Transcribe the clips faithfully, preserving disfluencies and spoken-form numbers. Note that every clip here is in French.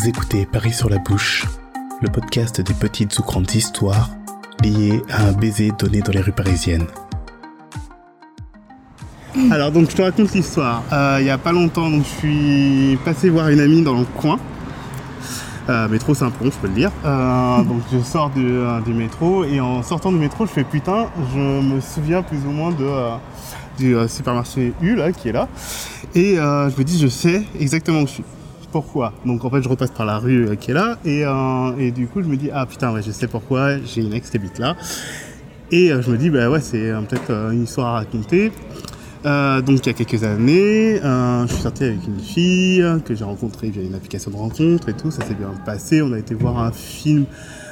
Vous écoutez Paris sur la bouche, le podcast des petites ou grandes histoires liées à un baiser donné dans les rues parisiennes. Alors donc je te raconte l'histoire. Euh, il y a pas longtemps, donc je suis passé voir une amie dans le coin. Euh, métro Saint-Pron, je peux le dire. Euh, donc je sors du, euh, du métro et en sortant du métro, je fais putain, je me souviens plus ou moins de, euh, du euh, supermarché U là qui est là. Et euh, je me dis, je sais exactement où je suis. Pourquoi ? Donc en fait je repasse par la rue euh, qui est là et, euh, et du coup je me dis ah putain ouais je sais pourquoi, j'ai une ex qui habite là. Et euh, je me dis bah ouais c'est euh, peut-être euh, une histoire à raconter. Euh, donc il y a quelques années, euh, je suis sorti avec une fille euh, que j'ai rencontrée via une application de rencontre et tout, ça s'est bien passé. On a été voir un film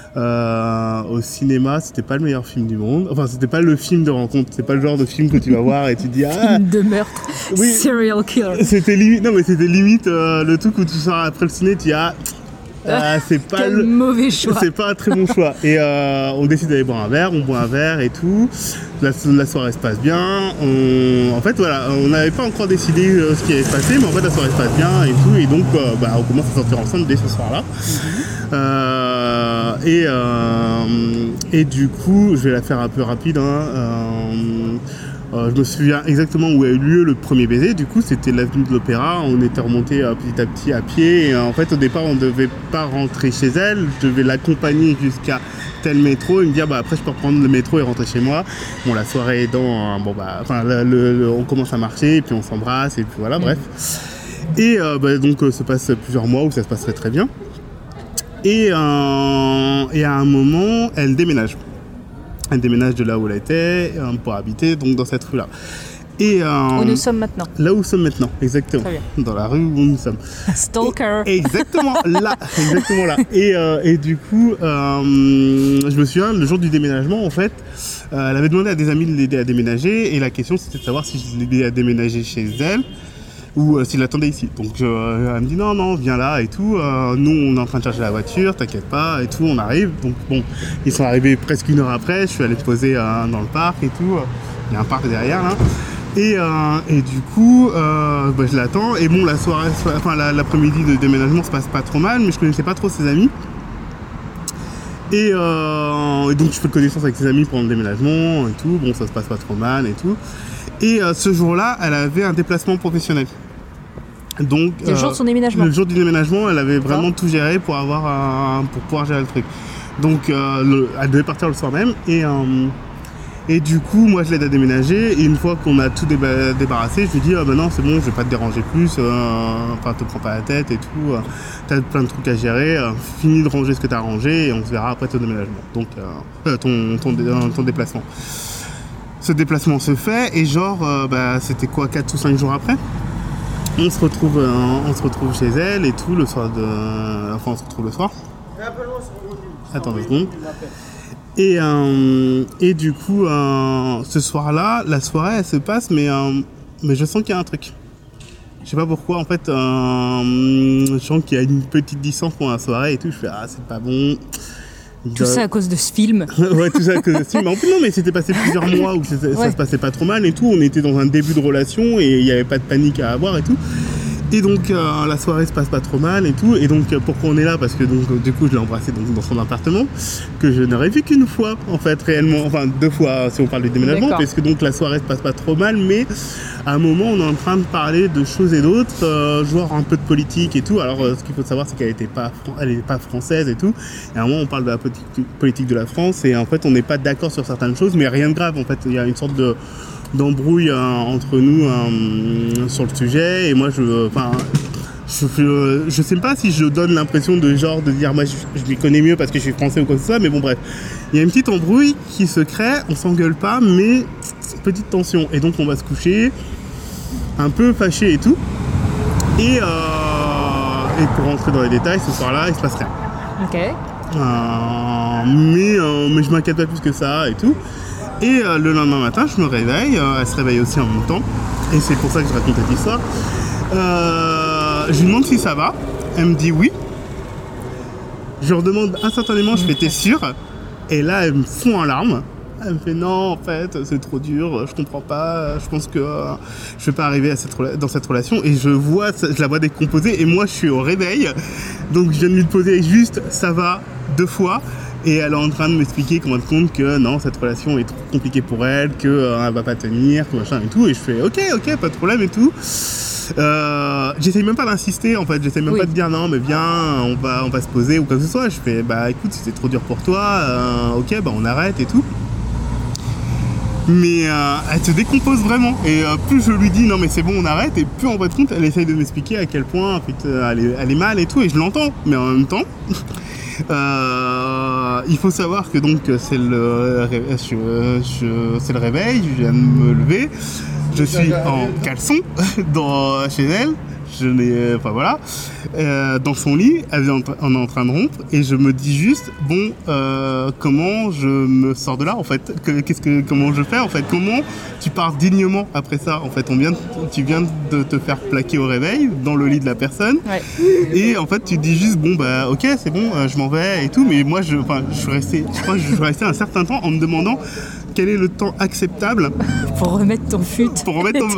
euh, au cinéma, c'était pas le meilleur film du monde, enfin c'était pas le film de rencontre, c'est pas le genre de film que tu vas voir et tu te dis ah film de meurtre, oui, serial killer. C'était limite, non mais c'était limite euh, le truc où tu sors après le ciné, tu dis ah Euh, c'est pas Quel le mauvais choix. C'est pas un très bon choix. Et euh, on décide d'aller boire un verre, on boit un verre et tout. La, la soirée se passe bien. On, en fait, voilà, on n'avait pas encore décidé euh, ce qui allait se passer, mais en fait, la soirée se passe bien et tout. Et donc, euh, bah, on commence à sortir ensemble dès ce soir-là. Mm-hmm. Euh, et, euh, et du coup, je vais la faire un peu rapide. Hein, euh, Euh, je me souviens exactement où a eu lieu le premier baiser. Du coup, c'était l'avenue de l'Opéra. On était remonté euh, petit à petit à pied. Et, euh, en fait, au départ, on ne devait pas rentrer chez elle. Je devais l'accompagner jusqu'à tel métro et me dire bah après je peux reprendre le métro et rentrer chez moi. Bon, la soirée aidant, euh, bon bah, enfin, le, le, le, on commence à marcher, et puis on s'embrasse et puis voilà, mmh. bref. Et euh, bah, donc, euh, se passe plusieurs mois où ça se passe très très bien. Et, euh, et à un moment, elle déménage. Elle déménage de là où elle était euh, pour habiter donc dans cette rue-là. Et, euh, où nous sommes maintenant. Là où nous sommes maintenant, exactement. Dans la rue où nous sommes. Stalker. Et, exactement là, exactement là. Et, euh, et du coup, euh, je me souviens, le jour du déménagement, en fait, euh, elle avait demandé à des amis de l'aider à déménager. Et la question, c'était de savoir si je l'aidais à déménager chez elle ou euh, s'il l'attendait ici. Donc euh, elle me dit non, non, viens là et tout. Euh, nous, on est en train de charger la voiture, t'inquiète pas et tout, on arrive. Donc bon, ils sont arrivés presque une heure après. Je suis allé te poser euh, dans le parc et tout. Il y a un parc derrière là. Et, euh, et du coup, euh, bah, je l'attends. Et bon, la soirée, enfin la, l'après-midi de déménagement se passe pas trop mal, mais je connaissais pas trop ses amis. Et, euh, et donc je fais connaissance avec ses amis pendant le déménagement et tout. Bon, ça se passe pas trop mal et tout. Et euh, ce jour-là, elle avait un déplacement professionnel. Donc, le euh, jour de son déménagement. Le jour du déménagement, elle avait vraiment oh. tout géré pour avoir un, pour pouvoir gérer le truc. Donc, euh, le, elle devait partir le soir même. Et, euh, et du coup, moi, je l'aide à déménager. Et une fois qu'on a tout déba- débarrassé, je lui dis ah, ben non, c'est bon, je vais pas te déranger plus. Euh, enfin, te prends pas la tête et tout. Euh, t'as plein de trucs à gérer. Euh, finis de ranger ce que t'as rangé et on se verra après ton déménagement. Donc, euh, ton, ton, ton, ton déplacement. Ce déplacement se fait et genre, euh, bah, c'était quoi, quatre ou cinq jours après, on se retrouve, euh, on se retrouve chez elle et tout le soir de, enfin on se retrouve le soir. Attends deux secondes. Et euh, et du coup, euh, ce soir-là, la soirée elle se passe, mais euh, mais je sens qu'il y a un truc. Je sais pas pourquoi en fait, euh, je sens qu'il y a une petite distance pour la soirée et tout. Je fais ah c'est pas bon. Tout ça à cause de ce film. Ouais, tout ça à cause de ce film. En plus, non, mais c'était passé plusieurs mois où ça, ouais. ça se passait pas trop mal et tout. On était dans un début de relation et il n'y avait pas de panique à avoir et tout. Et donc, euh, la soirée se passe pas trop mal et tout. Et donc, euh, pourquoi on est là ? Parce que donc, euh, du coup, je l'ai embrassé donc, dans son appartement, que je n'aurais vu qu'une fois, en fait, réellement. Enfin, deux fois, si on parle du déménagement. D'accord. Parce que donc, la soirée se passe pas trop mal, mais à un moment, on est en train de parler de choses et d'autres, euh, genre un peu de politique et tout. Alors, euh, ce qu'il faut savoir, c'est qu'elle n'était pas, elle est pas française et tout. Et à un moment, on parle de la politique, politique de la France. Et en fait, on n'est pas d'accord sur certaines choses, mais rien de grave. En fait, il y a une sorte de d'embrouille euh, entre nous euh, sur le sujet et moi je enfin je, je, je sais pas si je donne l'impression de genre de dire moi je, je m'y connais mieux parce que je suis français ou quoi que ce soit, mais bon bref il y a une petite embrouille qui se crée, on s'engueule pas mais petite tension et donc on va se coucher un peu fâché et tout et, euh, et pour rentrer dans les détails ce soir là il se passe rien. Ok. Euh, mais, euh, mais je m'inquiète pas plus que ça et tout. Et euh, le lendemain matin, je me réveille, euh, elle se réveille aussi en même temps, et c'est pour ça que je raconte cette histoire. Euh, je lui demande si ça va, elle me dit oui. Je lui redemande instantanément, je fais t'es sûr ? Et là, elle me fond en larmes. Elle me fait non, en fait, c'est trop dur, je comprends pas, je pense que euh, je vais pas arriver à cette rela- dans cette relation. Et je vois, je la vois décomposer, et moi, je suis au réveil, Donc je viens de lui poser juste ça va deux fois. Et elle est en train de m'expliquer qu'on me compte que non, cette relation est trop compliquée pour elle, qu'elle euh, va pas tenir, que machin et tout. Et je fais ok, ok, pas de problème et tout. Euh, j'essaye même pas d'insister en fait, j'essaye même oui. pas de dire non mais viens, on va, on va se poser ou quoi que ce soit. Je fais bah écoute, si c'est trop dur pour toi, euh, ok, bah on arrête et tout. Mais euh, elle se décompose vraiment. Et euh, plus je lui dis non mais c'est bon, on arrête, et plus en fait compte, elle essaye de m'expliquer à quel point en fait, elle, est, elle est mal et tout. Et je l'entends, mais en même temps. Euh, il faut savoir que donc c'est le, je, je, c'est le réveil, je viens de me lever, je suis en caleçon dans, chez elle, je n'ai, enfin voilà, euh, dans son lit, elle est en, en, en train de rompre, et je me dis juste bon, euh, comment je me sors de là en fait, que, qu'est-ce que, comment je fais en fait, comment tu pars dignement après ça en fait, on vient, tu viens de te faire plaquer au réveil dans le lit de la personne, ouais. Et en fait tu te dis juste bon bah ok c'est bon, euh, je m'en vais et tout, mais moi je, enfin je suis resté, je crois que je suis resté un certain temps en me demandant quel est le temps acceptable pour remettre ton fut pour remettre ton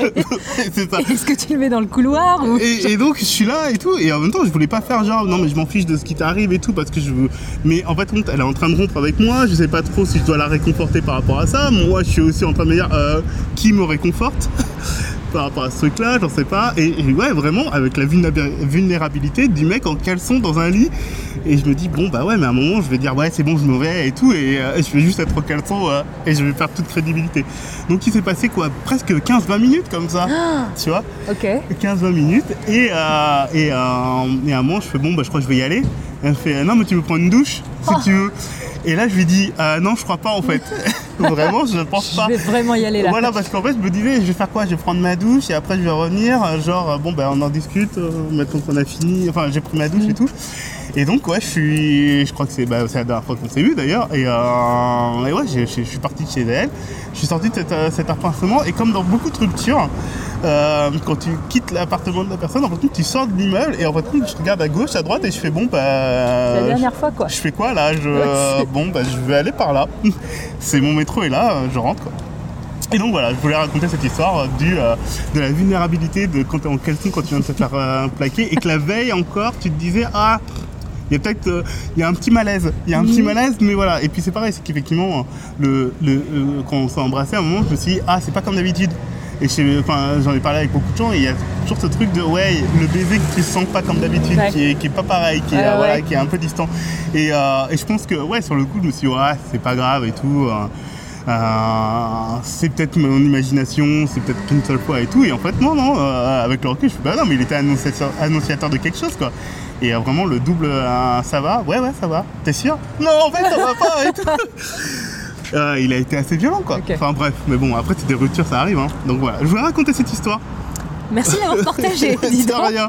c'est ça. Est-ce que tu le mets dans le couloir ou... et, et donc je suis là et tout, et en même temps je voulais pas faire genre non mais je m'en fiche de ce qui t'arrive et tout, parce que je veux, mais en fait elle est en train de rompre avec moi, je sais pas trop si je dois la réconforter par rapport à ça. Moi je suis aussi en train de me dire euh, qui me réconforte par rapport à ce truc là, j'en sais pas, et, et ouais vraiment avec la vulnérabilité du mec en caleçon dans un lit, et je me dis bon bah ouais mais à un moment je vais dire ouais c'est bon je me vais et tout, et euh, je vais juste être en caleçon euh, et je vais perdre toute crédibilité. Donc il s'est passé quoi, presque quinze vingt minutes comme ça, ah, tu vois, ok, quinze vingt minutes, et, euh, et, euh, et à un moment je fais bon bah je crois que je vais y aller. Elle me fait non mais tu veux prendre une douche si oh. tu veux. Et là je lui dis euh, non je crois pas en fait. Vraiment je pense pas. Je vais vraiment y aller là. Voilà, parce qu'en fait je me disais je vais faire quoi, je vais prendre ma douche et après je vais revenir, genre bon ben on en discute euh, maintenant qu'on a fini, enfin j'ai pris ma douche mmh. et tout. Et donc ouais je suis, je crois que c'est, bah, c'est la dernière fois qu'on s'est vu d'ailleurs, et, euh, et ouais je suis parti de chez elle, je suis sorti de cet, cet appartement, et comme dans beaucoup de ruptures, euh, quand tu quittes l'appartement de la personne, en fait tu sors de l'immeuble, et en fait je regarde à gauche, à droite, et je fais bon bah... C'est la dernière fois quoi. Je fais quoi là, je, euh, bon bah je vais aller par là, c'est mon métro est là, je rentre quoi. Et donc voilà, je voulais raconter cette histoire du, euh, de la vulnérabilité de quand t'es en caleçon, quand tu viens de te faire euh, plaquer, et que la veille encore tu te disais ah il y a peut-être euh, il y a un petit malaise, il y a un mmh. petit malaise, mais voilà. Et puis c'est pareil, c'est qu'effectivement le, le, euh, quand on s'est embrassé à un moment, je me suis dit ah c'est pas comme d'habitude. Et je, enfin, j'en ai parlé avec beaucoup de gens, et il y a toujours ce truc de ouais le baiser que tu sens pas comme d'habitude, ouais. qui, est, qui est pas pareil, qui est, ouais, euh, voilà, ouais. qui est un peu distant. Et, euh, et je pense que ouais sur le coup je me suis dit ouais c'est pas grave et tout. Euh, Euh, c'est peut-être mon imagination, c'est peut-être qu'une seule fois et tout, et en fait non non euh, avec le recul je fais bah non mais il était annonciateur, annonciateur de quelque chose quoi, et euh, vraiment le double euh, ça va, ouais ouais ça va, t'es sûr? Non en fait ça va pas et tout. euh, il a été assez violent quoi, okay. Enfin bref, mais bon après c'est des ruptures ça arrive hein, donc voilà, je voulais raconter cette histoire. Merci d'avoir partagé. Dis donc. Rien.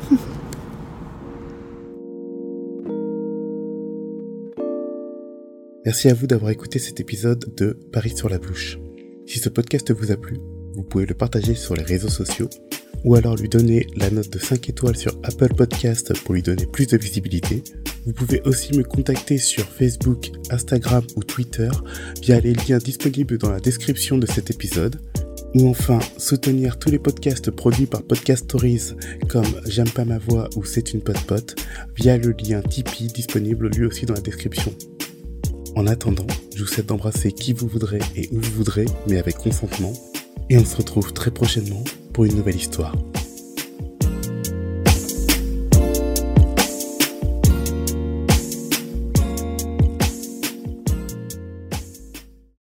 Merci à vous d'avoir écouté cet épisode de Paris sur la bouche. Si ce podcast vous a plu, vous pouvez le partager sur les réseaux sociaux, ou alors lui donner la note de cinq étoiles sur Apple Podcast pour lui donner plus de visibilité. Vous pouvez aussi me contacter sur Facebook, Instagram ou Twitter via les liens disponibles dans la description de cet épisode. Ou enfin, soutenir tous les podcasts produits par Podcast Stories comme J'aime pas ma voix ou C'est une pote pote via le lien Tipeee disponible lui aussi dans la description. En attendant, je vous souhaite d'embrasser qui vous voudrez et où vous voudrez, mais avec consentement. Et on se retrouve très prochainement pour une nouvelle histoire.